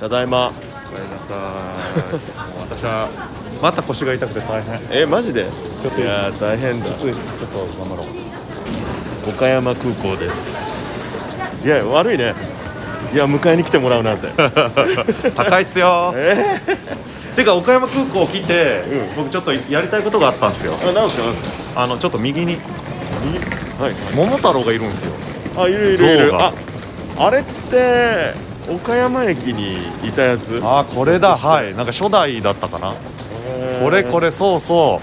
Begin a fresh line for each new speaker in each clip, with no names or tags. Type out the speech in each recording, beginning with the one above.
ただいま。
ごめんなさい。もう私はまた腰が痛くて大変。
マジで
ちょっと
いや大変だ。
きつい。ちょっと頑張ろう。
岡山空港です。いや悪いね。いや迎えに来てもらうなんて
高いっすよ。てか岡山空港来て、僕ちょっとやりたいことがあったんですよ。
なんすか
ちょっと右に
はい、
桃太郎がいるんですよ。
いる
象が。
あれって岡山駅にいたやつ。
これだ。はい、なんか初代だったかな。これそう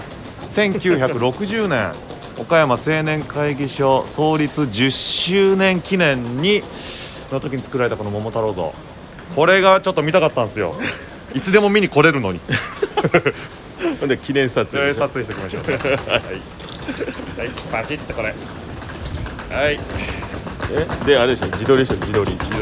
1960年岡山青年会議所創立10周年記念の時に作られたこの桃太郎像、これがちょっと見たかったんですよ。いつでも見に来れるのに
で記念撮影
しておきましょう。はい、バシッとこれ。はい。
であれでしょ、自撮りでしょ。自撮り。
せ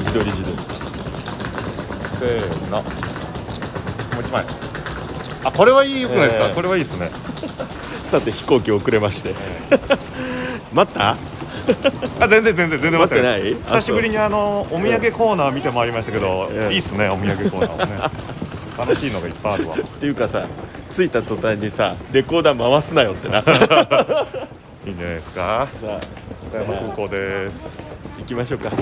ーの。もう一枚。これはいいよくないですか。これはいいですね。
さて飛行機遅れまして、待った？
全然待って
ない。
久しぶりにお土産コーナー見てまいりましたけど、いいっすね、お土産コーナーもね。楽しいのがいっぱいあるわ。
っていうかさ、着いた途端にさレコーダー回すなよってな。
いいんじゃないですか。
さあ
岡山空港です。
行きましょうか。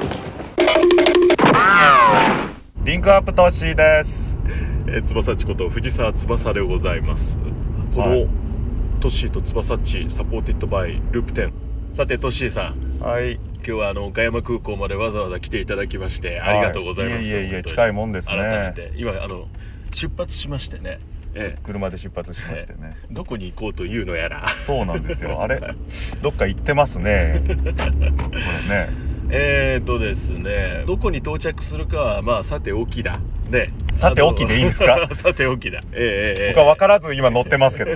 リンクアップトッシーです。
翼っちこと藤沢翼でございます。この、トッシーと翼っちサポーティッドバイループ10。さてトッシーさん、
はい、
今日は岡山空港までわざわざ来ていただきましてありがとうございます。
いえ近いもんですね。
改めて今出発しましてね、
車で出発しましてね、
どこに行こうというのやら。
そうなんですよ。あれどっか行ってますね。これね。
ですね、どこに到着するかはまあさておきだね。
さておきでいいんですか。
さておきだ。
僕は分からず今乗ってますけど。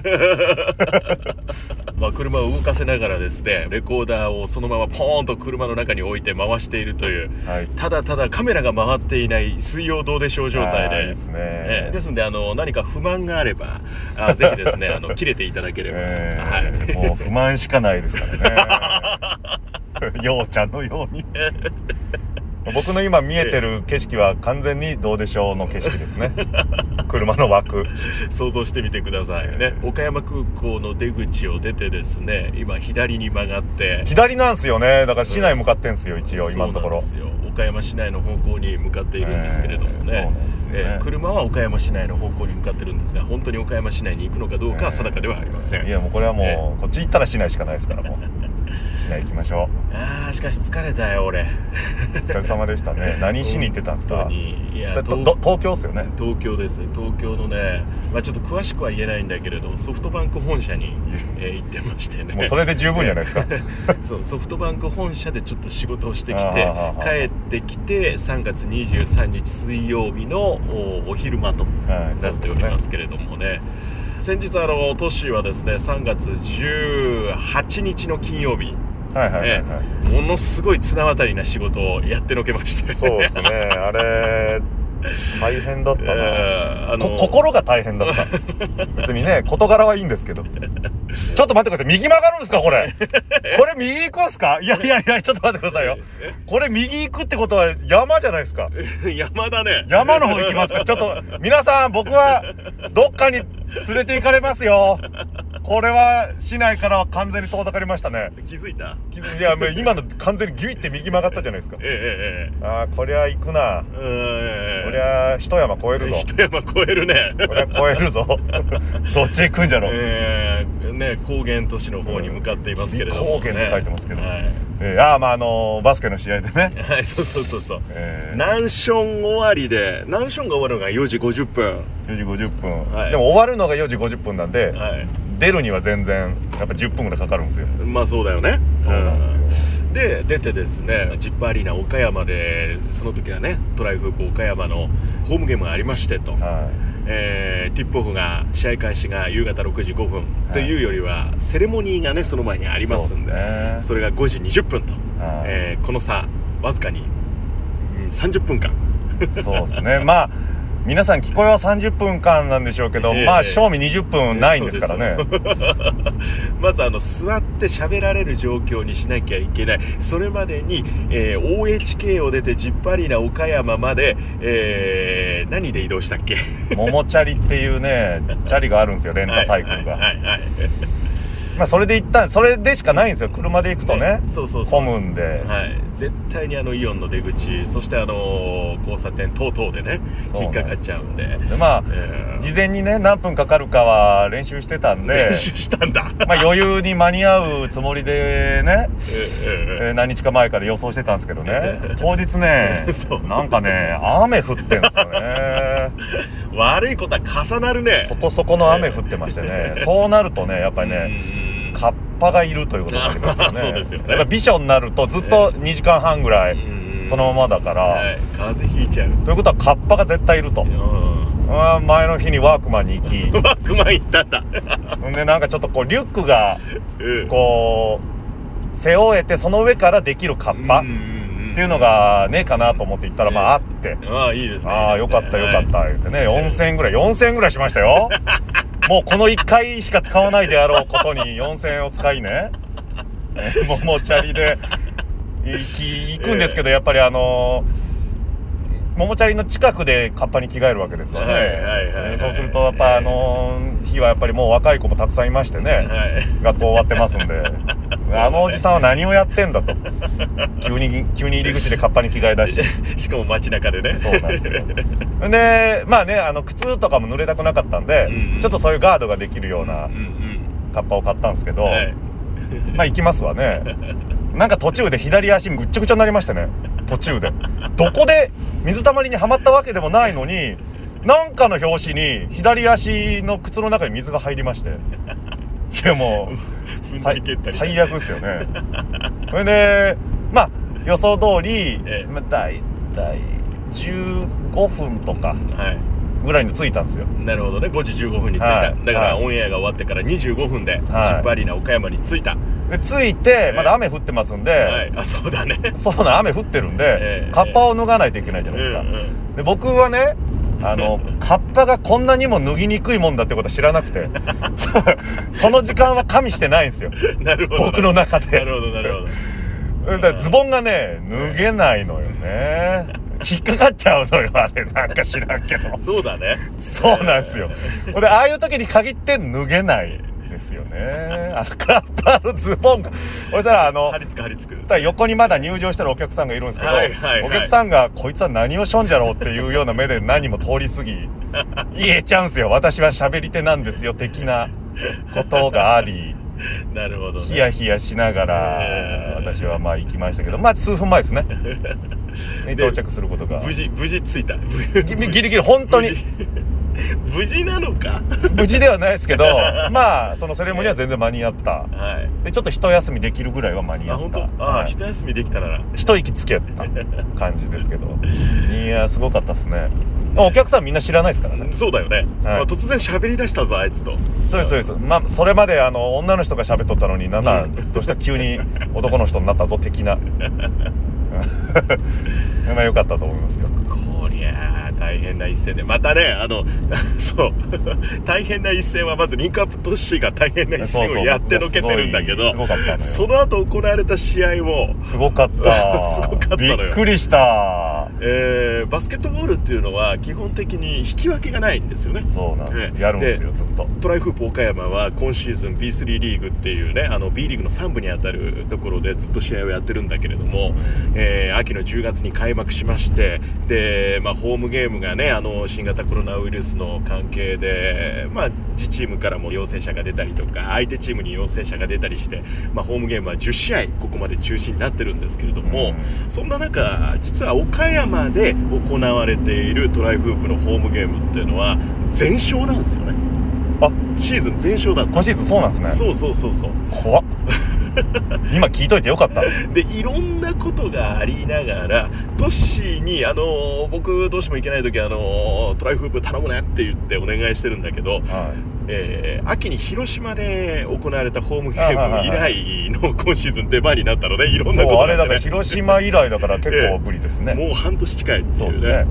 車を動かせながらですね、レコーダーをそのままポーンと車の中に置いて回しているという、ただただカメラが回っていない水曜どうでしょう状態で、
ですね。
ですんで何か不満があればぜひですね切れていただければ、
もう不満しかないですからね。ようちゃんのように。僕の今見えてる景色は完全にどうでしょうの景色ですね。車の枠
想像してみてくださいね。岡山空港の出口を出てですね、今左に曲がって
左なんですよね。だから市内向かってんですよ、一応今のところ。
そうなんですよ。岡山市内の方向に向かっているんですけれどもね、車は岡山市内の方向に向かってるんですが、本当に岡山市内に行くのかどうかは定かではありません。
いやもうこれはもう、こっち行ったら市内しかないですからもう市内行きましょ
う。しかし疲れたよ俺。
お疲れ様でしたね。何しに行ってたんですか。
いや
東京ですよね。
東京です。東京のね、ちょっと詳しくは言えないんだけれど、ソフトバンク本社に、行ってましてね。
もうそれで十分じゃないですか。
そう、ソフトバンク本社でちょっと仕事をしてきて帰ってきて、3月23日水曜日のお昼間となっておりますけれどもね。先日トッシーはですね、3月18日の金曜日、ものすごい綱渡りな仕事をやってのけまして、
そうですね。あれ大変だったな。心が大変だった。別にね、事柄はいいんですけど。ちょっと待ってください。右曲がるんですかこれ。これ右行くんですか。いやちょっと待ってくださいよ。これ右行くってことは山じゃないですか。
山だね。
山の方行きますか。ちょっと皆さん、僕はどっかに連れて行かれますよ。これは市内からは完全に遠ざかりましたね。
気づいた？
いや今の完全にギュイって右曲がったじゃないですか。こりゃ行くな。こりゃ一山越えるぞ。
一山越えるね。
こりゃ越えるぞ。どっち行くんじゃろう。
ね、高原都市の方に向かっていますけれども、
高原って書いてますけど、バスケの試合でね。
そう、南ション終わりで、南ションが終わるのが4時50分。
4時50分、でも終わるのが4時50分なんで、出るには全然やっぱ10分ぐらいかかるんですよ。
まあそうだよね。
そうなんですよ。
で出てですね、ジップアリーナ岡山で、その時はね、トライフープ岡山のホームゲームがありましてと、ティップオフが、試合開始が夕方6時5分というよりは、セレモニーがねその前にありますんで、それが5時20分と、この差わずかに、30分間。
そうですね。 皆さん聞こえは30分間なんでしょうけど、まあ賞味20分ないんですからね。
まず座って喋られる状況にしなきゃいけない。それまでに、OHK を出てジップアリーナ岡山まで、何で移動したっけ？
桃チャリっていうねチャリがあるんですよ、レンタサイクルが。まあそれで行ったそれでしかないんですよ。車で行くとね、混むんで、
はい、絶対にイオンの出口、そして交差点等々でね引っかかっちゃうんで、
まあ、事前にね何分かかるかは練習してたんで、
練習したんだ。
まあ余裕に間に合うつもりでね、何日か前から予想してたんですけどね、当日ねなんかね雨降ってんですよね。
悪いことは重なるね。
そこそこの雨降ってましてね、そうなるとねやっぱりねカッパがいるということになりますよね。
そうですよね。
やっぱビショになるとずっと2時間半ぐらいそのままだから、
風邪ひいちゃう
ということはカッパが絶対いると。前の日にワークマンに行き
ワークマン行ったんだ。
でなんかちょっとこうリュックがこう背負えてその上からできるカッパっていうのがねえかなと思って行ったらまああって、
いいですね。
よかったよかった言ってね、4000円ぐらいしましたよ。もうこの1回しか使わないであろうことに4000円を使いね、もうチャリで行くんですけど、やっぱり桃チャリの近くでカッパに着替えるわけですよね。そうするとやっぱ日はやっぱりもう若い子もたくさんいましてね、学校終わってますんでおじさんは何をやってんだと急に入り口でカッパに着替え出して
しかも街中でね。
そうなんですよ。でまあね靴とかも濡れたくなかったんで、ちょっとそういうガードができるようなカッパを買ったんですけど、まあ行きますわね。なんか途中で左足ぐっちゃぐちゃになりましてね、途中でどこで水たまりにはまったわけでもないのに、なんかの拍子に左足の靴の中に水が入りまして、いやもう最悪ですよね。それでまあ予想通り、だいたい15分とかぐらいに着いたんですよ。
なるほどね。5時15分に着いた、だからオンエアが終わってから25分でジップアリーナ岡山に着いた。
で着いてまだ雨降ってますんで、
そうだね。
そうな雨降ってるんで、カッパを脱がないといけないじゃないですか。で僕はねカッパがこんなにも脱ぎにくいもんだってことは知らなくてその時間は加味してないんですよ。
なるほど、
僕の中で。
なるほどなるほど。
だからズボンがね脱げないのよね。引っかかっちゃうのよ、あれ。なんか知らんけど。
そうだね。
そうなんですよ。でああいう時に限って脱げないですよね。カッパのズボンがそしたら
張り付く
横にまだ入場してるお客さんがいるんですけど、お客さんがこいつは何をしょんじゃろうっていうような目で何も通り過ぎ言えちゃうんですよ。私は喋り手なんですよ的なことがあり
なるほどね。
ヒヤヒヤしながら私はまあ行きましたけど、まあ数分前ですね到着することが。
無事着いた。
ギリギリ本当に
無事なのか。
無事ではないですけどまあそのセレモニーは全然間に合った、でちょっと一休みできるぐらいは間に合った。
本当？一休みできたなら
一息つけた感じですけどいやすごかったですね。お客さんみんな知らないですからね。
そうだよね、突然喋り出したぞあいつと。
そうですまあそれまで女の人が喋っとったのになんだどうした急に男の人になったぞ的なまあ良かったと思いますよ。
こりゃ大変な一戦でまたねそう大変な一戦はまずリンクアップ都市が大変な一戦をやってのけてるんだけど、その後行われた試合も
すごかった
すごかったのよ。
びっくりした。
バスケットボールっていうのは基本的に引き分けがないんですよね。
そうなんで、やるんですよずっと。
トライフープ岡山は今シーズン B3 リーグっていうねB リーグの3部にあたるところでずっと試合をやってるんだけれども、秋の10月に開幕しまして、で、ホームゲームがね新型コロナウイルスの関係で、自チームからも陽性者が出たりとか相手チームに陽性者が出たりして、ホームゲームは10試合ここまで中止になってるんですけれども、そんな中実は岡山で行われているトライフープのホームゲームっていうのは全勝なんですよね。シーズン全勝だった。
今シーズンそうなんですね。
そう
怖っ今聞いといてよかった。
でいろんなことがありながらトッシーに僕どうしても行けない時はトライフープ頼むねって言ってお願いしてるんだけど、秋に広島で行われたホームゲーム以来の今シーズン出番になったので、いろんなことが、ね、
あれだから広島以来だから結構ぶりですね、
もう半年近いっていうね。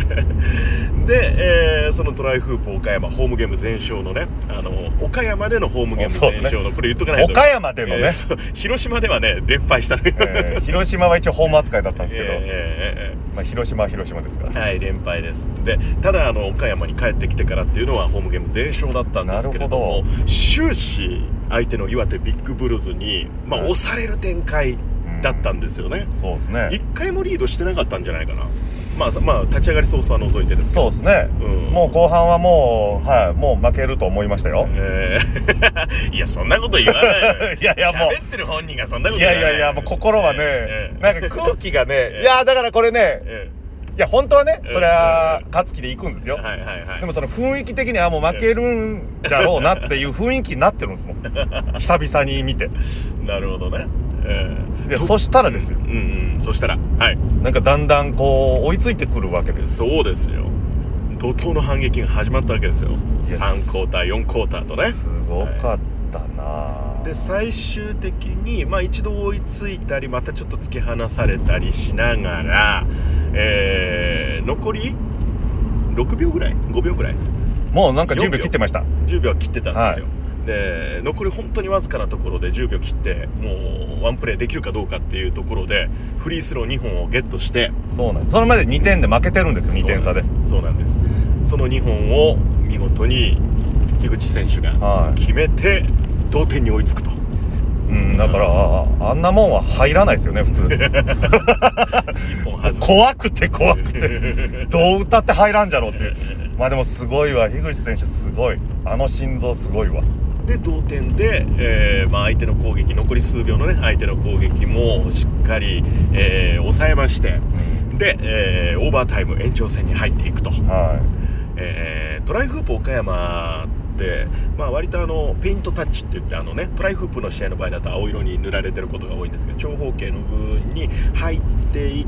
で、そのトライフープ岡山ホームゲーム全勝のね、岡山でのホームゲーム全勝の、これ言っとかないと、
岡山でのね、
広島ではね連敗したね、
広島は一応ホーム扱いだったんですけど、まあ、広島は広島ですから、
はい、連敗です。でただ岡山に帰ってきてからっていうのはホームゲーム全勝だったんですけれども、終始相手の岩手ビッグブルズに、まあ、押される展開だったんですよね、
そうですね。
1回もリードしてなかったんじゃないかな。まあ立ち上がり早々は除いてですけど、
そうですね、もう後半はもう負けると思いましたよ。
いやそんなこと言わない
いやもう
喋ってる本人がそんなこと言わない。
いやもう心はね、なんか空気がね、いやだからこれね、いや本当はね、それは勝つ気で行くんですよ、でもその雰囲気的にはもう負けるんじゃろうなっていう雰囲気になってるんですもん久々に見て。
なるほどね。
でそしたらですよ、
そしたら、はい、
なんかだんだんこう追いついてくるわけです。
そうですよ、怒涛の反撃が始まったわけですよ。3クォーター4クォーターとね、
すごかったな。
で最終的に、まあ、一度追いついたりまたちょっと突き放されたりしながら、残り6秒ぐらい5秒ぐらい、
もうなんか10秒切ってました。
10秒切ってたんですよ、で残り本当にわずかなところで10秒切ってもうワンプレーできるかどうかっていうところでフリースロー2本をゲットして、
そうなんです。それまで2点で負けてるんですよ。2点差で。
そうなんです。その2本を見事に樋口選手が決めて同点に追いつくと、
だからあんなもんは入らないですよね普通
一本外す
怖くてどう歌って入らんじゃろうっていう。まあでもすごいわ、樋口選手すごい、心臓すごいわ。
で同点で、相手の攻撃残り数秒のね相手の攻撃もしっかり、抑えまして、で、オーバータイム延長戦に入っていくと、トライフープ岡山って、割とペイントタッチって言ってトライフープの試合の場合だと青色に塗られてることが多いんですけど、長方形の部分に入っていって、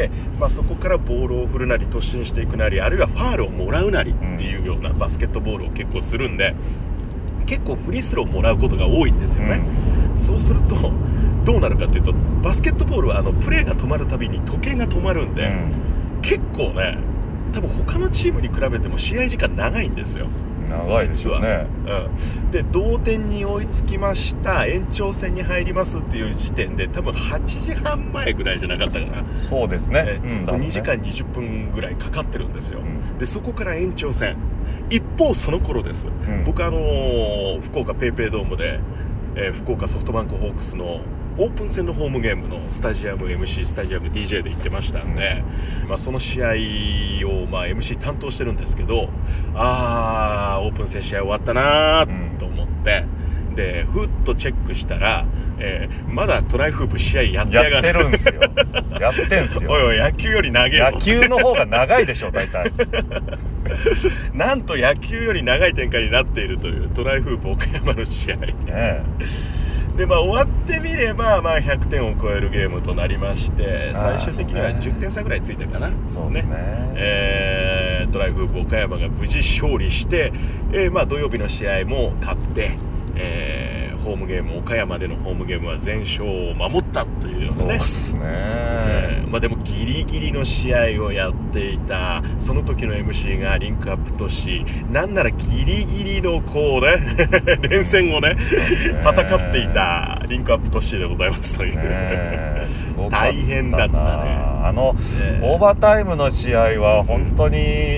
そこからボールを振るなり突進していくなり、あるいはファールをもらうなりっていうようなバスケットボールを結構するんで、結構フリースローをもらうことが多いんですよね、そうするとどうなるかというと、バスケットボールはプレーが止まるたびに時計が止まるんで、結構ね多分他のチームに比べても試合時間長いんですよ。
長いですよね、
で同点に追いつきました、延長戦に入りますっていう時点で多分8時半前ぐらいじゃなかったかな。
そうですね、
2時間20分ぐらいかかってるんですよ、でそこから延長戦。一方その頃です、僕福岡ペイペイドームで、福岡ソフトバンクホークスのオープン戦のホームゲームのスタジアム MC スタジアム DJ で行ってましたんで、その試合を、MC 担当してるんですけど、オープン戦試合終わったなと思って、でふっとチェックしたら、まだトライフープ試合やってやがる。
やってるんですよやってんすよ。
おいおい野球より長いぞ。
野球の方が長いでしょ大体
なんと野球より長い展開になっているというトライフープ岡山の試合、で終わってみれば、100点を超えるゲームとなりまして、最終的には10点差ぐらいついてるかな。
そうですね、
トライフープ岡山が無事勝利して、土曜日の試合も勝って、ホームゲーム岡山でのホームゲームは全勝を守ったというようなね。
そうですね、
でもギリギリの試合をやっていたその時の MC がリンクアップ都市、なんならギリギリのこうね連戦をね戦っていたリンクアップ都市でございますという大変だったね。
オーバータイムの試合は本当に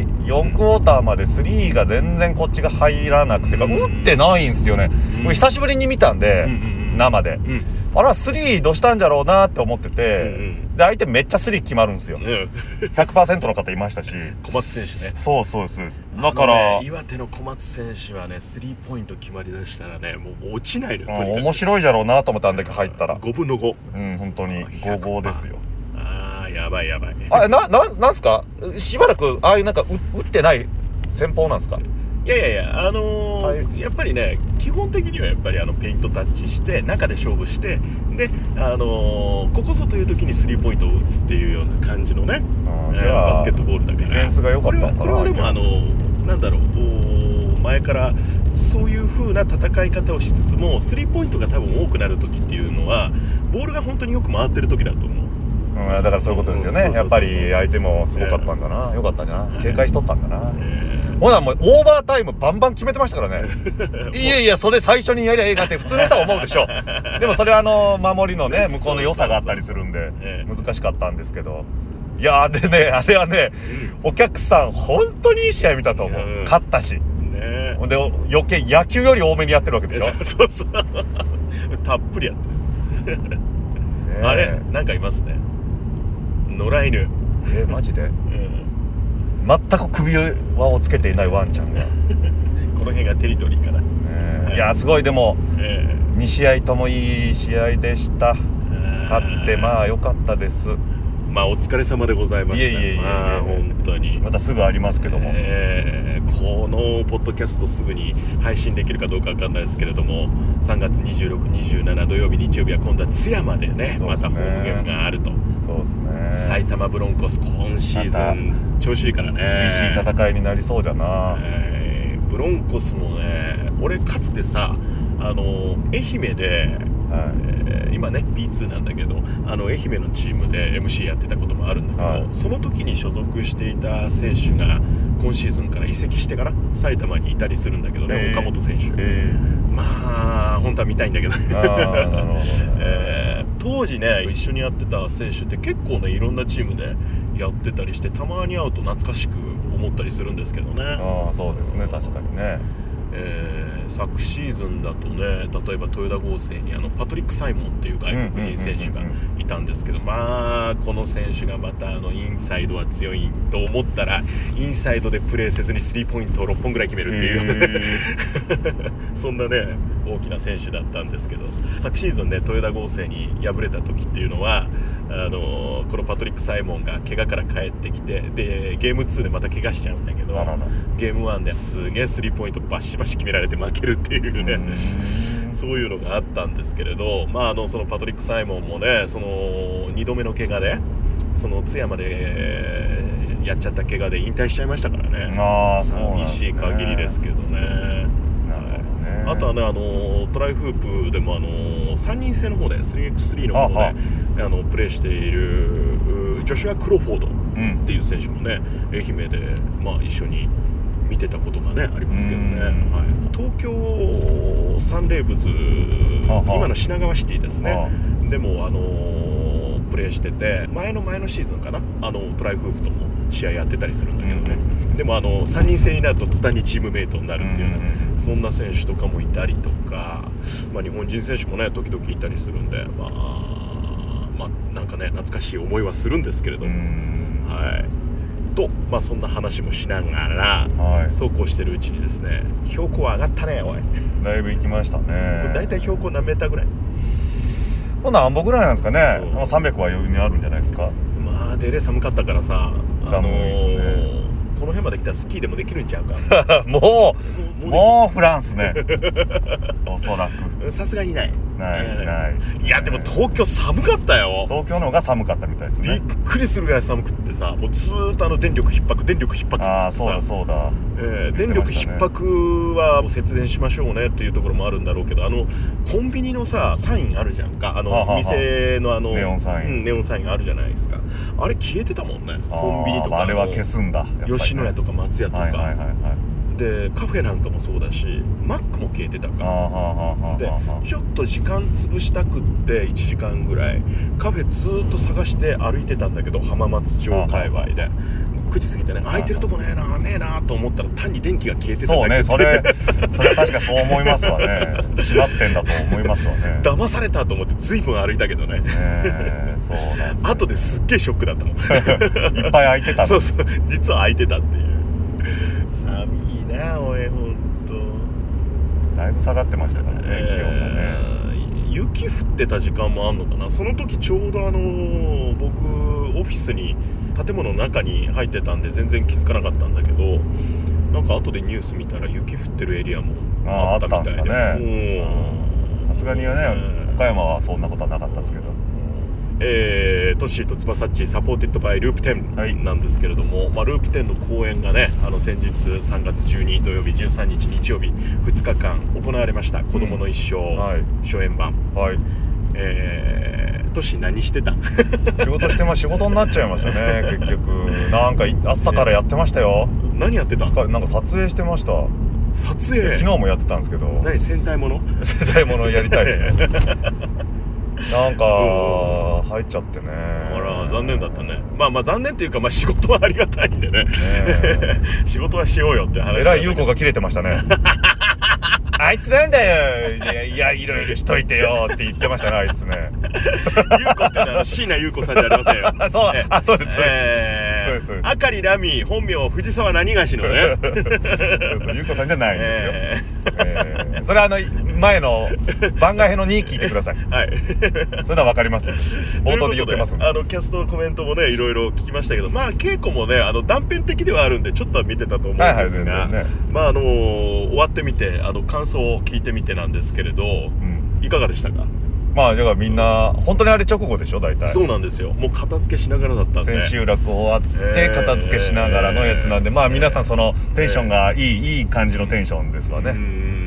4クォーターまで3が全然こっちが入らなくてか、打ってないんですよね。久しぶりに見たんで、生で、あら3どうしたんじゃろうなって思ってて、で相手めっちゃ3決まるんですよ、100% の方いましたし、
小松選手ね。そうです
だから、
岩手の小松選手はね3ポイント決まりだしたらねもう落ちないのよ。とにかく
面白いじゃろうなと思ったんだけど入ったら
5分の5、
本当に5-5ですよ。
やばい
なんすかしばらくなんか打ってない戦法なんですか。
いややっぱりね基本的にはやっぱりペイントタッチして中で勝負してでここぞという時にスリーポイントを打つっていうような感じのねバスケットボールだから
ディフェンスが良かったのかな。
これはでもなんだろう前からそういう風な戦い方をしつつもスリーポイントが多分多くなる時っていうのはボールが本当によく回ってる時だと思う。
だからそういうことですよね。やっぱり相手もすごかったんだな、よかったんだな、警戒しとったんだな。ほらもうオーバータイムバンバン決めてましたからねいやそれ最初にやりゃええかって普通の人は思うでしょでもそれは守りのね向こうの良さがあったりするんで難しかったんですけど、いやあれはね、お客さん本当にいい試合見たと思う、勝ったしね。で余計野球より多めにやってるわけでしょ
そうたっぷりやってるあれなんかいますね、野良犬。
マジで、全く首輪をつけていないワンちゃんが
この辺がテリトリーかな、
いやすごい。でも、2試合ともいい試合でした。勝ってまあ良かったです。
まあお疲れ様でございました。本当に
またすぐありますけども、
このポッドキャストすぐに配信できるかどうかわかんないですけれども、3月26、27土曜日日曜日は今度は津山でねまたホームゲームがあると。
そうですね。
埼玉ブロンコス今シーズン調子いいからね、
厳しい戦いになりそうだな。
ブロンコスもね、俺かつてさ愛媛で、今ね B2 なんだけど愛媛のチームで MC やってたこともあるんだけど、その時に所属していた選手が今シーズンから移籍してから埼玉にいたりするんだけどね、岡本選手、まあ本当は見たいんだけど当時ね一緒にやってた選手って結構ねいろんなチームでやってたりして、たまに会うと懐かしく思ったりするんですけどね。
そうですね、確かにね。
昨シーズンだとね、例えばトヨタ合成にパトリック・サイモンっていう外国人選手がいたんですけど、まあこの選手がまたインサイドは強いと思ったらインサイドでプレーせずにスリーポイントを6本ぐらい決めるっていう、そんなね大きな選手だったんですけど、昨シーズンねトヨタ合成に敗れた時っていうのはこのパトリック・サイモンが怪我から帰ってきて、でゲーム2でまた怪我しちゃうんだけど、ゲーム1ですげえスリーポイントバシバシ決められて負けるっていうねそういうのがあったんですけれど、まあそのパトリック・サイモンもねその2度目の怪我でその津山でやっちゃった怪我で引退しちゃいましたからね。寂しい限りですけどね。あとはねトライフープでも3人制の方で 3x3 の方でプレーしているジョシュア・クロフォードっていう選手もね、愛媛で一緒に見てたことがねありますけどね、東京サンレイブズ今の品川シティですねでもプレーしてて、前のシーズンかなトライフープとも試合やってたりするんだけどね、でも3人制になると途端にチームメイトになるっていうね、そんな選手とかもいたりとか、日本人選手もね時々いたりするんで、なんかね懐かしい思いはするんですけれども、とそんな話もしながら、そうこうしてるうちにですね、標高上がったね。おい
だいぶ行きましたね。こ
れ大体標高何メーターぐらい？
何歩ぐらいなんですかね。300は余裕にあるんじゃないですか。
デレ寒かったからさ、
寒いですね。
この辺まで来たらスキーでもできるんちゃうか
もうフランスねおそらく
さすがにない。
い
やでも東京寒かったよ。
東京の方が寒かったみたいですね。
びっくりするぐらい寒くってさ、もうずーっと電力逼迫ってってさ、
そうだ、
電力逼迫は節電しましょうねっていうところもあるんだろうけど、コンビニのさサインあるじゃんか、店の
ネオンサイン、
ネオンサインがあるじゃないですか。あれ消えてたもんね。コンビニとか
あれは消すんだ、
吉野家とか松屋とか、でカフェなんかもそうだし、マックも消えてたから、でちょっと時間潰したくって1時間ぐらいカフェずーっと探して歩いてたんだけど、浜松町界隈で9時過ぎてね、空いてるとこねえなと思ったら単に電気が消えてただけ。
そうね、それ確かそう思いますわね閉まってんだと思いますわね
騙されたと思って随分歩いたけどね、
そうなんです、
後ですっげえショックだったもん
いっぱい空いてた
そう実は空いてたっていう。寒いなおい、ほんと
だいぶ下がってましたからね、気温もね。
雪降ってた時間もあんのかな。その時ちょうど僕オフィスに建物の中に入ってたんで全然気づかなかったんだけど、 なんか後でニュース見たら雪降ってるエリアもあったみたいで、
あったんですかね。さすがにはね、岡山はそんなことはなかったですけど、
トッシーとつばさっちサポーテッドバイループ10なんですけれども、ループ10の公演がね、先日3月12土曜日13日日曜日2日間行われました。子供の一生、初演版。トッシー何してた？
仕事になっちゃいましたね結局。なんか朝からやってましたよ。
何やってた？
なんか撮影してました。
撮影？
昨日もやってたんですけど。
何、戦隊もの
やりたいですねなんか入っちゃってね。
あら、残念だったね。まあ残念っていうか、仕事はありがたいんでね仕事はしようよって話。
えらい優子が切れてましたねあいつなんだよ、いやいろいろしといてよって言ってましたね、あいつね
優子って椎名優子さんじゃありませんよ
そうです
あかりらみ本名藤沢何がしのね
優子さんじゃないんですよ、それは前の番外編の2聞いてくださいそれでは分かります冒頭で言ってますんで。
キャストのコメントもねいろいろ聞きましたけど、稽古もね断片的ではあるんでちょっとは見てたと思うんですが、終わってみて感想を聞いてみてなんですけれど、いかがでしたか？
だからみんな本当にあれ直後でしょ、大体。
そうなんですよ。もう片付けしながらだったんで、
千秋楽終わって片付けしながらのやつなんで、皆さんそのテンションがいい感じのテンションですわね。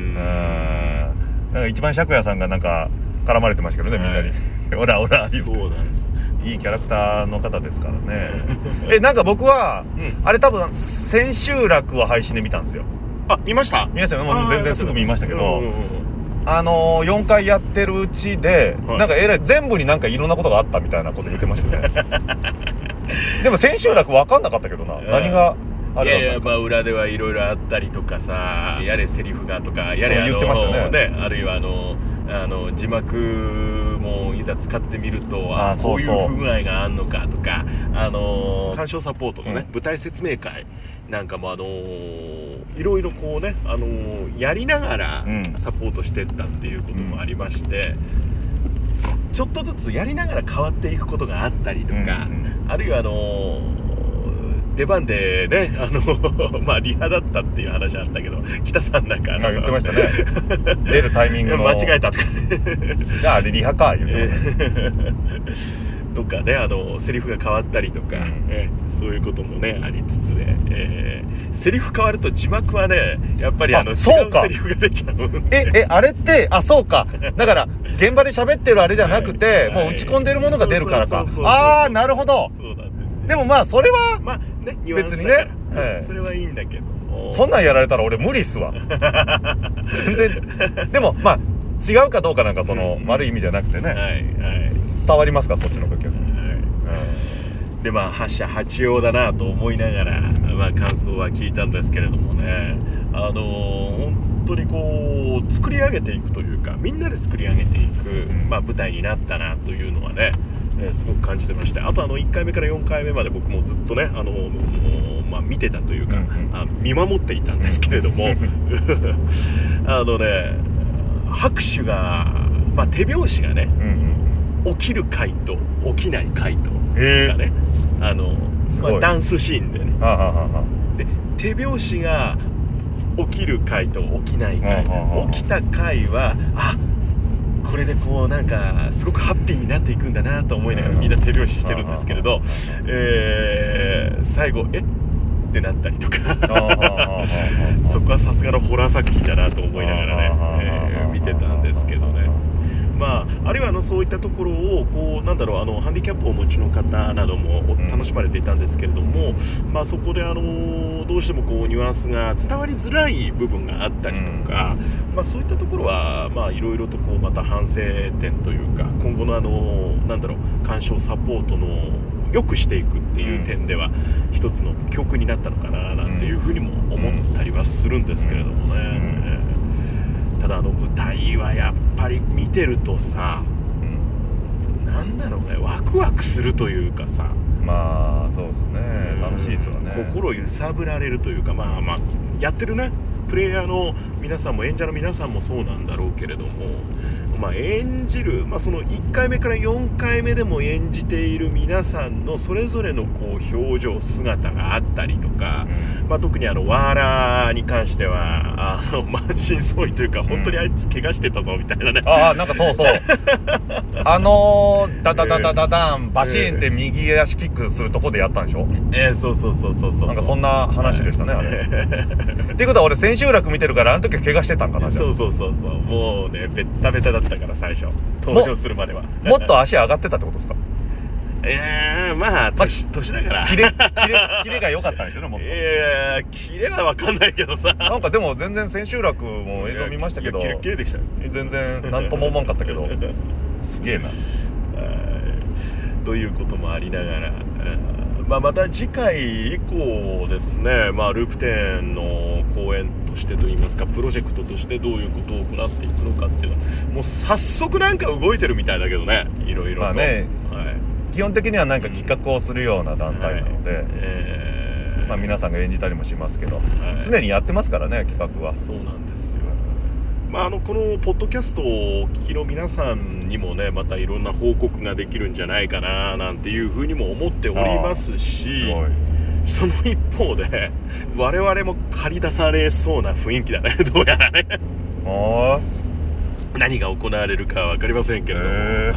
なんか一番釈也さんがなんか絡まれてましたけどね、みんなにオラオラ言って。
そうなんですよ。
いいキャラクターの方ですからねなんか僕は、あれ多分千秋楽は配信で見たんですよ。
見ました？
見ましたよ。もう全然すぐ見ましたけど、4回やってるうちで、なんか全部になんかいろんなことがあったみたいなこと言ってましたねでも千秋楽分かんなかったけどな、何があれだったか。
裏ではいろいろあったりとかさ、やれセリフがとか、やれ
言ってましたね。
あるいは字幕もいざ使ってみるとこういう不具合があんのかとか、鑑賞サポートのね、舞台説明会なんかもいろいろこうね、やりながらサポートしてったっていうこともありまして、ちょっとずつやりながら変わっていくことがあったりとか、あるいは出番でね、リハだったっていう話あったけど、北さんなんか
言ってましたね出るタイミングの
間違えたとか
あれリハか言ってま
したとかね、セリフが変わったりとか、そういうこともねありつつで、セリフ変わると字幕はねやっぱり違うセリフが出ちゃう。
あれってそうか、だから現場で喋ってるあれじゃなくて、もう打ち込んでるものが出るからか。なるほど。
そうなんですよ。
でもそれは
別にね、それはいいんだけど、
そんなんやられたら俺無理っすわ全然。でも違うかどうかなんか悪い意味じゃなくてね、伝わりますか、そっちの時は。
で八者八様だなと思いながら、感想は聞いたんですけれどもね、本当にこう作り上げていくというか、みんなで作り上げていく、舞台になったなというのはね、すごく感じてまして、あと1回目から4回目まで僕もずっとね見てたというか、見守っていたんですけれども拍手が、手拍子がね、起きる回と起きない回とかね、ダンスシーンでね、で手拍子が起きる回と起きない回、起きた回はこれでこうなんかすごくハッピーになっていくんだなと思いながらみんな手拍子してるんですけれど、最後ってなったりとかそこはさすがのホラー作品だなと思いながらね、見てたんですけどね。あるいはそういったところをこうハンディキャップをお持ちの方なども楽しまれていたんですけれども、そこでどうしてもこうニュアンスが伝わりづらい部分があったりとか、そういったところはいろいろとこうまた反省点というか、今後の鑑賞サポートの良くしていくっていう点では一つの教訓になったのかななんていうふうにも思ったりはするんですけれどもね。ただ舞台はやっぱり見てるとさ、ワクワクするというかさ、
そうですね、楽しいですよね。
心揺さぶられるというか、やってるねプレイヤーの皆さんも演者の皆さんもそうなんだろうけれども、 演じる、その1回目から4回目でも演じている皆さんのそれぞれのこう表情姿があったりとか、特にワーラーに関しては満身創痍というか、本当にあいつ怪我してたぞみたいなね、
なんかそうダダダダダダンバシーンって右足キックするとこでやったんでしょ。
そう
なんかそんな話でしたね、あれっていうことは俺千秋楽見てるから、あの時は怪我してたんかな。
そうもうねベッタベタだったから、最初登場するまでは
もっと足上がってたってことですか。
年だから
キレが良かったんですよね、もっと。
キレは分かんないけどさ、
なんかでも全然千秋楽も映像見ましたけど、
キレできたよ。
全然何とも思わんかったけどすげえな
ということもありながら、また次回以降ですね、ループ10の公演としてといいますか、プロジェクトとしてどういうことを行っていくのかっていうのは、もう早速なんか動いてるみたいだけどね、いろいろと。基本的には何か企画をするような団体なので、皆さんが演じたりもしますけど、常にやってますからね、企画は。 そうなんですよ。このポッドキャストをお聞きの皆さんにもね、またいろんな報告ができるんじゃないかななんていうふうにも思っておりますし、その一方で我々も借り出されそうな雰囲気だねどうやらね何が行われるかは分かりませんけれども、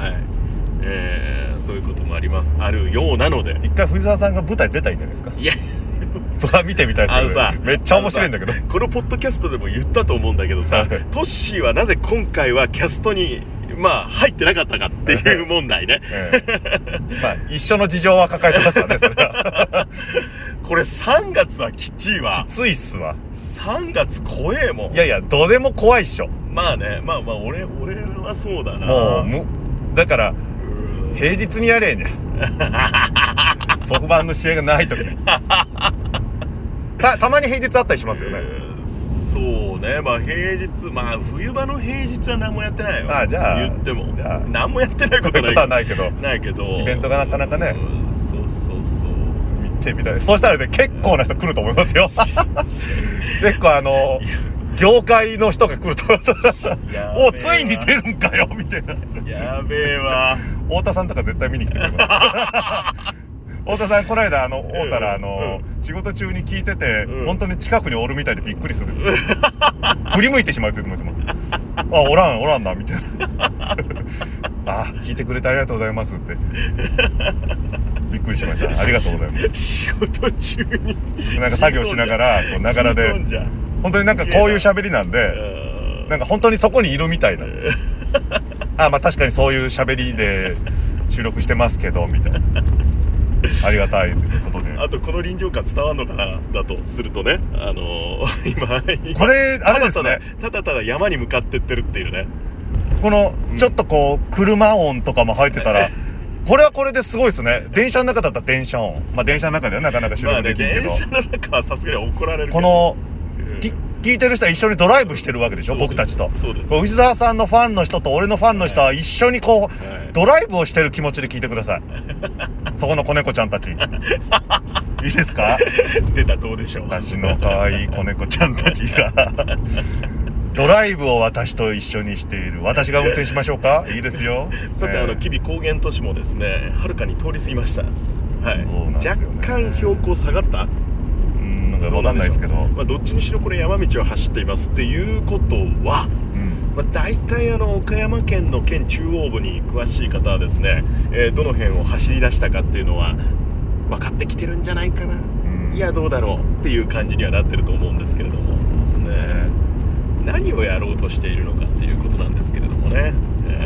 そういうこともあるようなので、
一回藤沢さんが舞台出たいんじゃないですか。
いや
見てみたいですけど、めっちゃ面白いんだけど、
このポッドキャストでも言ったと思うんだけどさ、トッシーはなぜ今回はキャストに入ってなかったかっていう問題ね、
一緒の事情は抱えてますわね、それは
これ3月はきついわ。
きついっすわ。
3月怖えもん。
いやどれも怖いっしょ。
俺はそうだな。
もうだから平日にやれんじゃんソフバンの試合がない時にたまに平日あったりしますよね。
そうね、平日、冬場の平日は何もやってないよ。
じゃあ
言っても何もやってないことは
ないけどイベントがなかなかね、
そう
見てみたい。そうしたらね、結構な人来ると思いますよ結構業界の人が来ると思いますおついに出るんかよみたいな。
やべえわ
太田さんとか絶対見に来てくれます太田さんこの間太田ら仕事中に聞いてて、本当に近くにおるみたいでびっくりするんですよ振り向いてしまうって言ってますもんおらんなみたいな聞いてくれてありがとうございますってびっくりしました。ありがとうございます。
仕事中に
なんか作業しながらながらで本当になんかこういう喋りなんで、なんか本当にそこにいるみたいな確かにそういう喋りで収録してますけどみたいなありがたいということで、
あとこの臨場感伝わるのかなだとするとね、今
これあれですね、
ただ山に向かってってるっていうね、
このちょっとこう車音とかも入ってたらこれはこれですごいですね。電車の中だったら電車音、電車の中ではなかなか収録できるけど、
電車の中はさすがに怒られるけど、
この聞いてる人は一緒にドライブしてるわけでしょ、僕たちと。
そうです。
藤沢さんのファンの人と俺のファンの人は一緒にドライブをしてる気持ちで聞いてくださいそこの子猫ちゃんたちいいですか
出た、どうでしょう。
私の可愛い子猫ちゃんたちがドライブを私と一緒にしている。私が運転しましょうか。いいですよ。
さて、吉備高原都市もですね、はるかに通り過ぎました。若干標高下がった。
分かんないですけど、
どっちにしろこれ山道を走っていますっていうことは、大体岡山県の県中央部に詳しい方はですね、どの辺を走り出したかっていうのは分かってきてるんじゃないかな、いやどうだろうっていう感じにはなってると思うんですけれども、何をやろうとしているのかっていうことなんですけれどもね、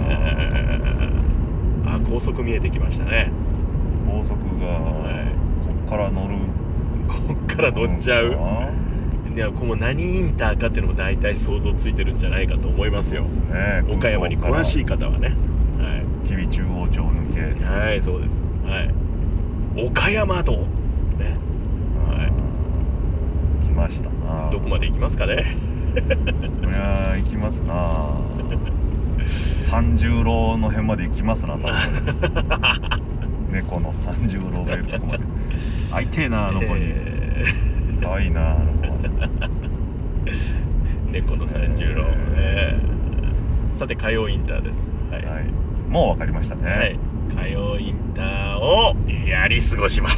高速見えてきましたね。
高速が、こっから乗
っちゃう。いや、この何インターかっていうのも大体想像ついてるんじゃないかと思いますよ。岡山に詳しい方はね。
吉備中央町抜け。
そうです。岡山道ね。
来ましたな。
どこまで行きますかね。
いや行きますな。三十郎の辺まで行きますな、多分。猫の三十郎がいるとこまで。会いてえな、あの子に。可愛いな、あの子は。
猫の三十郎ね。 さて火曜インターです。はい、はい、
もう分かりましたね。
はい、火曜インターをやり過ごします。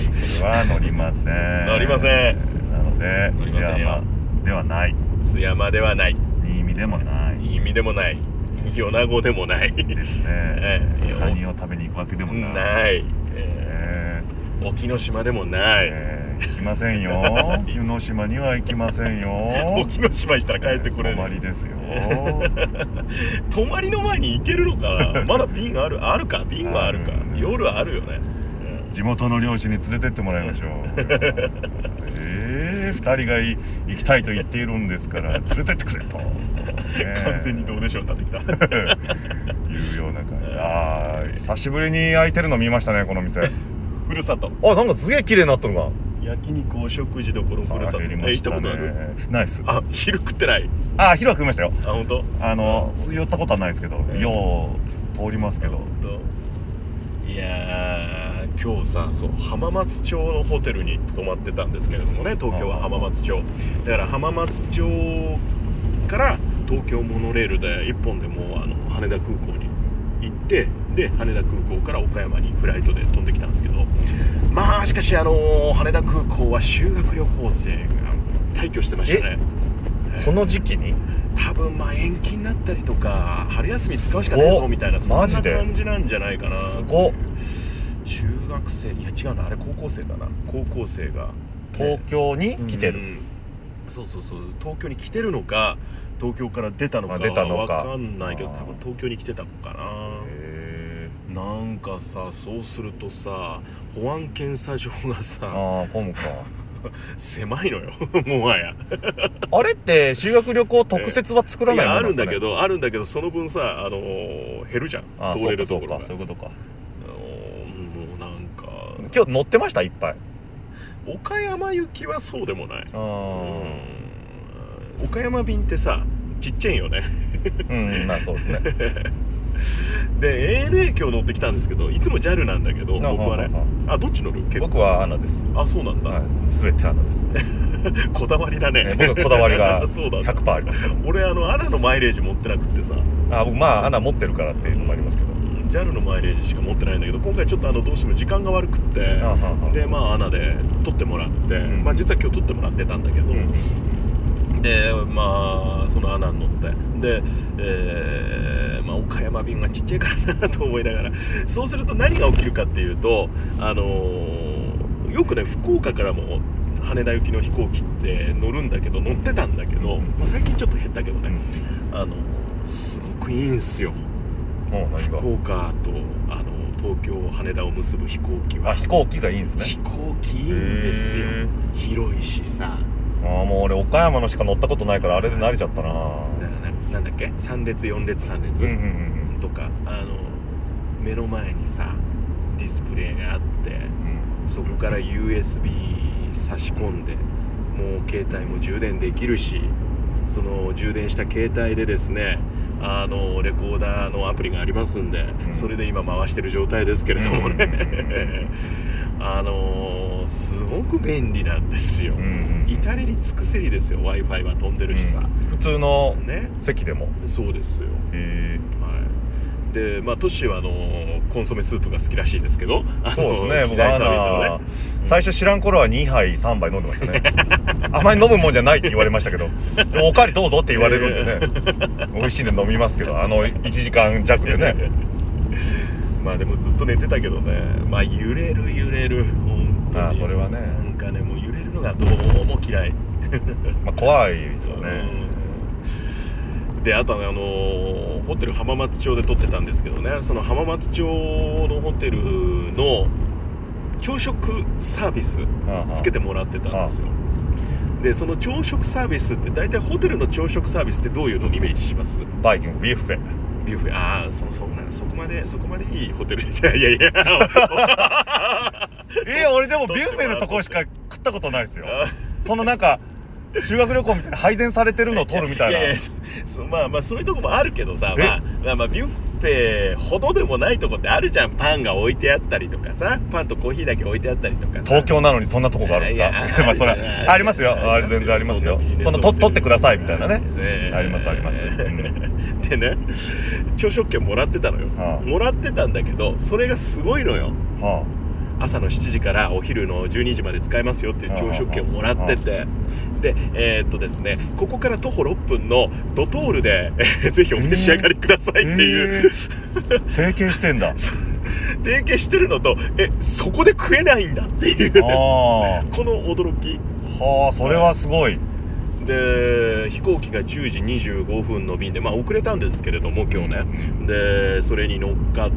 これは乗りません。
乗りません。
なので津山ではない。
津山ではない。
新見でもない。
新見でもない。米子でもない
ですね。カニを食べに行くわけでもない。
ないですね。沖ノ島でもない。
行きませんよ。沖ノ島には行きませんよ。
沖ノ島行ったら帰ってこれる。
泊まりですよ。
泊まりの前に行けるのかな。まだ便あるか。便はあるか。夜あるよね。
地元の漁師に連れてってもらいましょう。2人が行きたいと言っているんですから連れてってくれと、
完全にどうでしょうになってきたいう
ような感じ。久しぶりに開いてるの見ましたね、この店。
ふるさと。
なんかすげえ綺麗になったのが
焼肉お食事どころふるさと。行ったことある？
ないっす。
昼食ってない？
昼は食いましたよ。
本当？
寄ったことはないですけど、よう通りますけど。
いやー、今日さ、そう浜松町のホテルに泊まってたんですけれどもね、東京は浜松町だから、浜松町から東京モノレールで1本でもう羽田空港に行って、で羽田空港から岡山にフライトで飛んできたんですけど、まあしかし羽田空港は修学旅行生が退去してましたね。
この時期に
多分延期になったりとか、春休み使うしかねえぞみたいな、そんな感じなんじゃないかな。
すごっ。
中学生、いや違うな、あれ高校生だな。高校生が
東京に来てる、
そう東京に来てるのか東京から出たのかは分かんないけど、多分東京に来てたのかな。なんかさ、そうするとさ、保安検査場がさ、
混むか
狭いのよもはや
あれって修学旅行特設は作らない
の？あるんだけどその分さ、減るじゃん、通れるところが。
そういうことか。
もうなんか
今日乗ってました、いっぱい。
岡山行きはそうでもない。岡山便ってさ、ちっちゃいよね
まあそうですね
で ANA 今日乗ってきたんですけど、いつも JAL なんだけど、僕はね、どっち乗る？
僕はANAです。
そうなんだ。
全てANAです
こだわりだね。
僕はこだわりが100% ありますから。
俺ANAのマイレージ持ってなくってさ。
僕ANA持ってるからっていうのもありますけど、
JAL のマイレージしか持ってないんだけど、今回ちょっとどうしても時間が悪くって、でANAで取ってもらって、実は今日取ってもらってたんだけど、でそのANAに乗ってで、岡山便がちっちゃいからなと思いながら、そうすると何が起きるかっていうと、よくね、福岡からも羽田行きの飛行機って乗るんだけど、乗ってたんだけど、最近ちょっと減ったけどね、すごくいいんすよ。福岡と東京羽田を結ぶ飛行機は。
飛行機がいいんですね。
飛行機いいんですよ。広いしさ。
もう俺岡山のしか乗ったことないから、あれで慣れちゃったな。
なんだっけ、3列4列3列とか、目の前にさディスプレイがあって、そこから USB 差し込んで、もう携帯も充電できるし、その充電した携帯でですね、レコーダーのアプリがありますんで、それで今回してる状態ですけれどもねすごく便利なんですよ。至れり尽くせりですよ。 Wi-Fi は飛んでるしさ、
普通の席でも。
そうですよ。でトッシーはコンソメスープが好きらしいですけど、
そうですね、僕最初知らん頃は2杯3杯飲んでましたねあまり飲むもんじゃないって言われましたけど、でもおかわりどうぞって言われるんでね、美味しいんで飲みますけど、1時間弱でね
でもずっと寝てたけどね、揺れる本当に。
それはね、
なんかね、もう揺れるのがどうも嫌い
怖いですよね。
で、あとホテル浜松町で撮ってたんですけどね、その浜松町のホテルの朝食サービスつけてもらってたんですよ。で、その朝食サービスって、大体ホテルの朝食サービスってどういうのをイメージします？
バイキング、ビュッフェ。
ビュッフェ、そこまでいいホテルじゃいや
俺でもビュッフェのところしか食ったことないですよ。そのなんか修学旅行みたいな配膳されてるのを取るみたいな。
そういうとこもあるけどさ、ビュッフフェほどでもないとこってあるじゃん。パンが置いてあったりとかさ、パンとコーヒーだけ置いてあったりとかさ。
東京なのにそんなとこがあるんですか？まあそれありますよ。全然ありますよ。その取ってくださいみたいなね。ありますあります。
でね、朝食券もらってたのよ。もらってたんだけど、それがすごいのよ。朝の7時からお昼の12時まで使えますよっていう朝食券をもらってて、でですね、ここから徒歩6分のドトールで、ぜひお召し上がりくださいっていう、
提携してんだ。
提携してるのと、そこで食えないんだっていうこの驚き。
はあ、それはすごい。
で飛行機が10時25分の便で、遅れたんですけれども今日ね、でそれに乗っかって、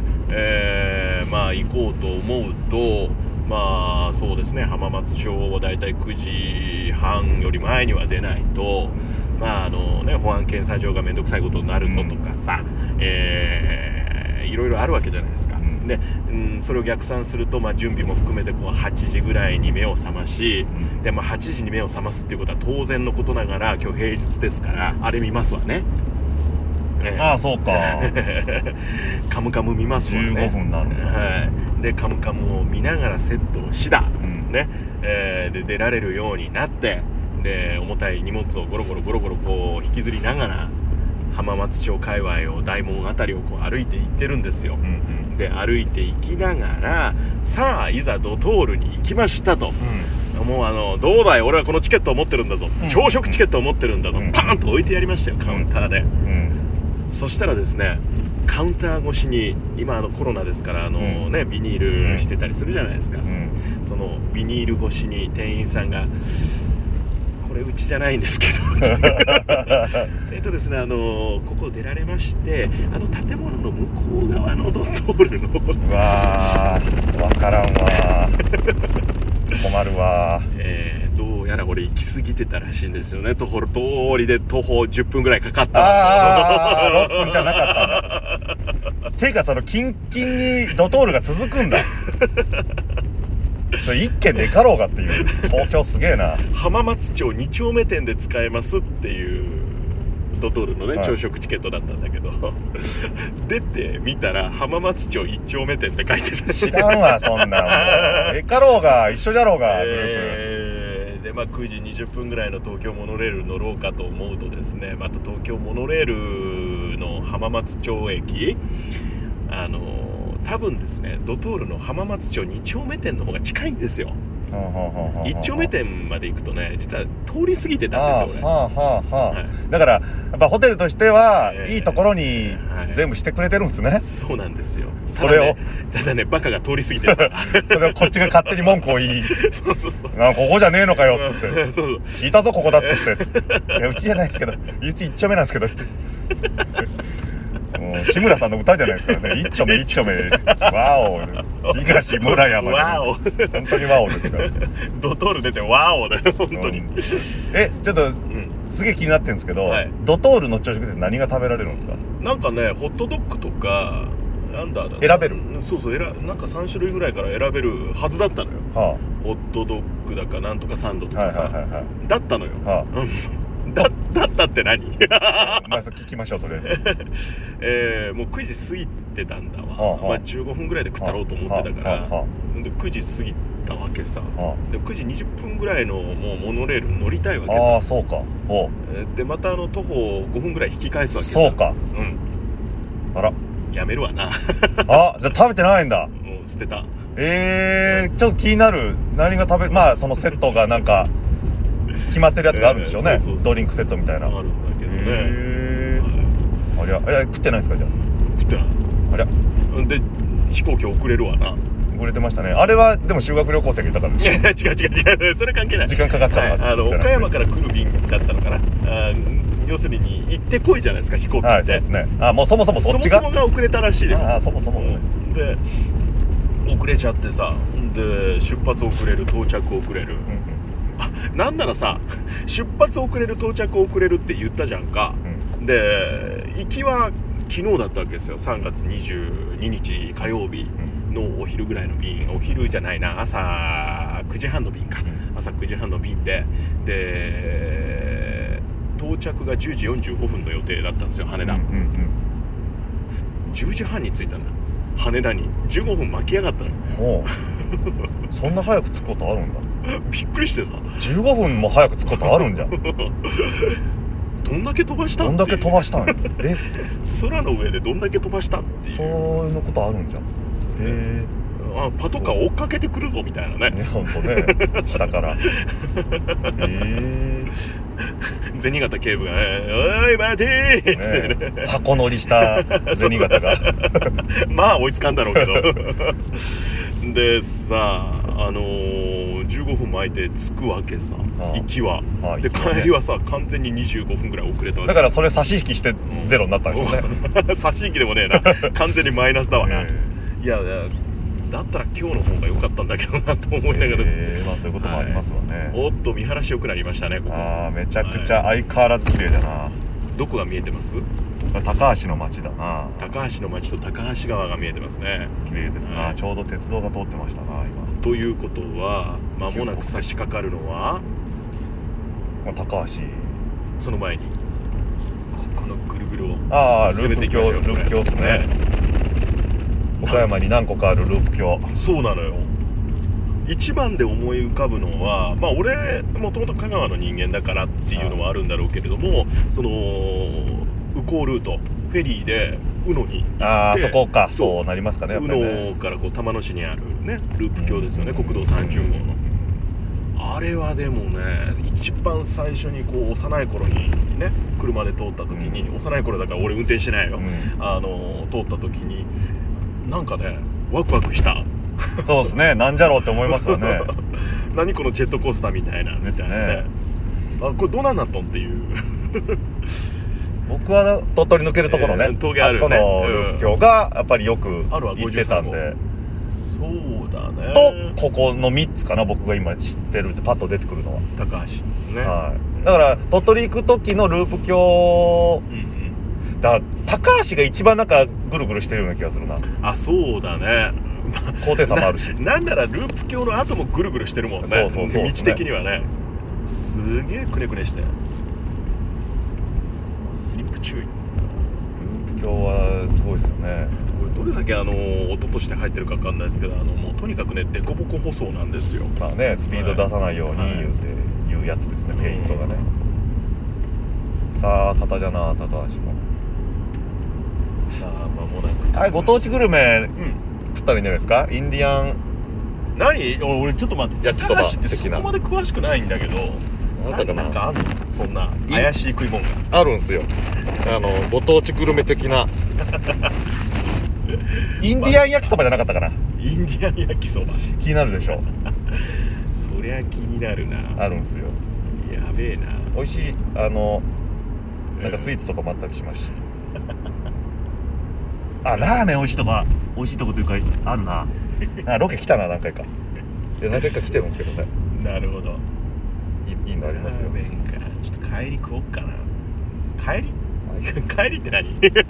行こうと思うと、そうですね、浜松町をだいたい9時半より前には出ないと、保安検査場がめんどくさいことになるぞとかさ、いろいろあるわけじゃないですか。で、それを逆算すると、準備も含めてこう8時ぐらいに目を覚まし、で8時に目を覚ますっていうことは当然のことながら今日平日ですからあれ見ますわね。
そうか。
カムカム見ますわね。
15分なんだ。
でカムカムを見ながらセットをしだ、で出られるようになって、で重たい荷物をゴロゴロこう引きずりながら浜松町界隈を大門あたりをこう歩いていってるんですよ。で歩いていきながら、さあいざドトールに行きましたと、もうどうだい、俺はこのチケットを持ってるんだぞ、朝食チケットを持ってるんだぞ、パーンと置いてやりましたよ、カウンターで。そしたらですね、カウンター越しに今コロナですからビニールしてたりするじゃないですか、そのビニール越しに店員さんが、これうちじゃないんですけどですね、ここ出られまして、建物の向こう側のドトールの
うわー、わからんわ困るわ。
どうやら俺行き過ぎてたらしいんですよね。通りで徒歩10分ぐらいかかった
の。6分じゃなかったんだ。ていうかそのキンキンにドトールが続くんだ。それ一軒でかろうがっていう。東京すげえな。浜
松町2丁目店で使えますっていうドトールのね、朝食チケットだったんだけど、出てみたら浜松町1丁目店って書いてた。
知らんわそんな。もうでかろうが一緒じゃろうが、グループ
で9時20分ぐらいの東京モノレール乗ろうかと思うとですね、また東京モノレールの浜松町駅、多分ですね、ドトールの浜松町2丁目店の方が近いんですよ。1丁目店まで行くとね、実は通り過ぎてたんですよね。
だからやっぱホテルとしてはいいところに全部してくれてるんですね。
そうなんですよ。
それを
ただね、バカが通り過ぎてさ
それをこっちが勝手に文句を言い
そう
ここじゃねえのかよっつっていたぞここだっつっていやうちじゃないですけど、うち1丁目なんですけど志村さんの歌じゃないですからね。一丁目一丁目ワオ東村山
ワオ
本当にワオですから
ドトール出てワオだよ本当に。
ちょっと、すげえ気になってるんですけど、ドトールの朝食って何が食べられるんですか？
なんかね、ホットドッグとかなんだ
選べる？
そうなんか3種類ぐらいから選べるはずだったのよ。ホットドッグだかなんとかサンドとかさ、だったのよ。だったって何そう
聞きましょうとりあえ
ずもう9時過ぎてたんだわ。15分ぐらいで食ったろうと思ってたからで9時過ぎたわけさ。で9時20分ぐらいのもうモノレール乗りたいわけさ。
そうか。
でまた徒歩5分ぐらい引き返すわけさ。
そうか。あら
やめるわな
じゃあ食べてないんだ。
もう捨てた。
ちょっと気になる。何が食べる？そのセットがなんか決まってるやつがあるんでしょうね。ドリンクセットみたいな。
あるんだけどね。
あれ食ってないですか？じゃあ
食ってない。
ありゃ
で飛行機遅れるわな。
遅れてましたね。あれはでも修学旅行生がいたからでしょ。
違うそれ関係ない。
時間かかっちゃうから、
岡山から来る便だったのかな。要するに行ってこいじゃないですか、飛行機って。
そうですね。もうそもそもそっちが
遅れたらしいで。
そもそもね。
で遅れちゃってさ、で出発遅れる、到着遅れる。なんならさ、出発遅れる到着遅れるって言ったじゃんか。で行きは昨日だったわけですよ。3月22日火曜日のお昼ぐらいの便。お昼じゃないな、朝9時半の便か。朝9時半の便で到着が10時45分の予定だったんですよ、羽田。 10時半に着いたんだ、羽田に。15分巻きやがったのよ。
おうそんな早く着くことあるんだ。
びっくりしてさ、
15分も早く着くことあるんじゃん。
どんだけ飛ばした
どんだけ飛ばしたんや。
空の上でどんだけ飛ばしたっていう、
そういうことあるんじゃん。
パトカー追っかけてくるぞみたいなね。
ほんとね、下から
銭形警部がおい待てーってね、
箱乗りした銭形が
まあ追いつかんだろうけどでさ、15分巻いて着くわけさ、行きは。で帰りはさ、完全に25分ぐらい遅れたわけ。
だからそれ差し引きしてゼロになったんでしょうね。
差し引きでもねえな、完全にマイナスだわな。いやだったら今日の方が良かったんだけどなと思いながら、
まあそういうこともありますわね。
おっと見晴らし良くなりましたね、ここ。
めちゃくちゃ相変わらず綺麗だな。
どこが見えてます？
高橋の町だな。
高橋の町と高橋川が見えてますね。
綺麗ですな。ちょうど鉄道が通ってましたな今。
ということは間もなく差し掛かるのは
高橋。
その前にここのぐるぐるを
ループ橋、ループ橋ですね。岡山に何個かあるループ橋。
そうなのよ。一番で思い浮かぶのは、まあ俺もともと香川の人間だからっていうのもあるんだろうけれども、その宇高ルートフェリーで宇野に行って、
そこか、そうなりますかね。
宇野からこう玉野市にあるねループ橋ですよね、国道30号の。あれはでもね、一番最初にこう幼い頃にね車で通った時に、幼い頃だから俺運転してないよ、通った時になんかねワクワクした。
そうですね、なんじゃろうって思いますよね。
何このジェットコースターみたいな
ですね。
これどうなんなっとんっていう。
僕は鳥取抜けるところね、
峠あるよね、
あそこのループ橋がやっぱりよく行ってたんで。
そうだね。
とここの3つかな、僕が今知ってるってパッと出てくるのは
高橋ね。
だから鳥取行く時のループ橋、だから高橋が一番なんかぐるぐるしてるような気がするな。
そうだね。
高低差もあるし、
なんならループ橋の後もぐるぐるしてるもんね。
そう、
道的にはね。すげえくねくねして、スリップ注意。ル
ープ橋はすごいですよね。
これどれだけ音として入ってるか分かんないですけど、もうとにかくねデコボコ舗装なんですよ。
まあね、スピード出さないように言うやつですね、ペイントがね。さあ片じゃな、高橋も。
さあ間もなく。
ご当地グルメ食ったらいいんじゃないですか。インディアン。
何？俺ちょっと待って、高橋ってそこまで詳しくないんだけど、なんかあるの？そんな怪しい食い物が
あるんすよ。ご当地グルメ的なインディアン焼きそばじゃなかったかな。
インディアン焼きそば
気になるでしょ。
そりゃ気になるな。
あるんすよ。
やべえな。
美味しいなんかスイーツとかもあったりしますし。ラーメン美味しいとこというかあるな。ロケ来たな、何回か。何回か来てるんですけどね。
なるほど。
いいのありますよ。
ラーメンか。ちょっと帰り食おっかな。帰りって何？帰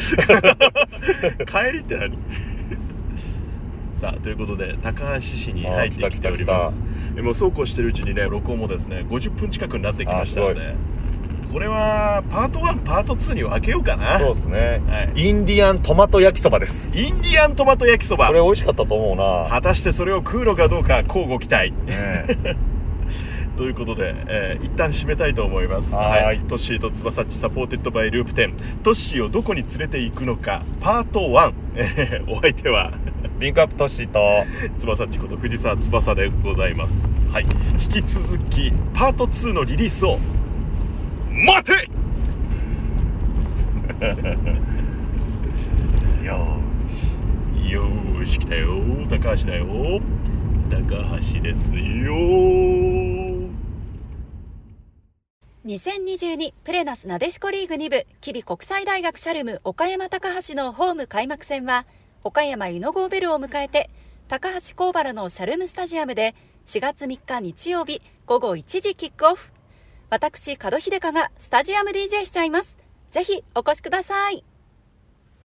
りって何？さあということで高橋市に入ってきております。もうそうこうしてるうちにね、録音もですね50分近くになってきましたので、これはパート1パート2に分けようかな。
そうですね、インディアントマト焼きそばです。
インディアントマト焼きそば、
これ美味しかったと思うな。
果たしてそれを食うのかどうか乞うご期待、ということで、一旦締めたいと思います。トッシーとつばさっちサポーテッドバイループ10、トッシーをどこに連れて行くのかパート1、お相手は
リンクアップトッシーと
つばさっちこと藤沢翼でございます。引き続きパート2のリリースを待てよーし来たよ。高橋だよ。高橋ですよ。
2022プレナスなでしこリーグ2部吉備国際大学シャルム岡山高橋のホーム開幕戦は岡山ユノゴーベルを迎えて高橋工原のシャルムスタジアムで4月3日日曜日午後1時キックオフ。私門秀香がスタジアム DJ しちゃいます。ぜひお越しください。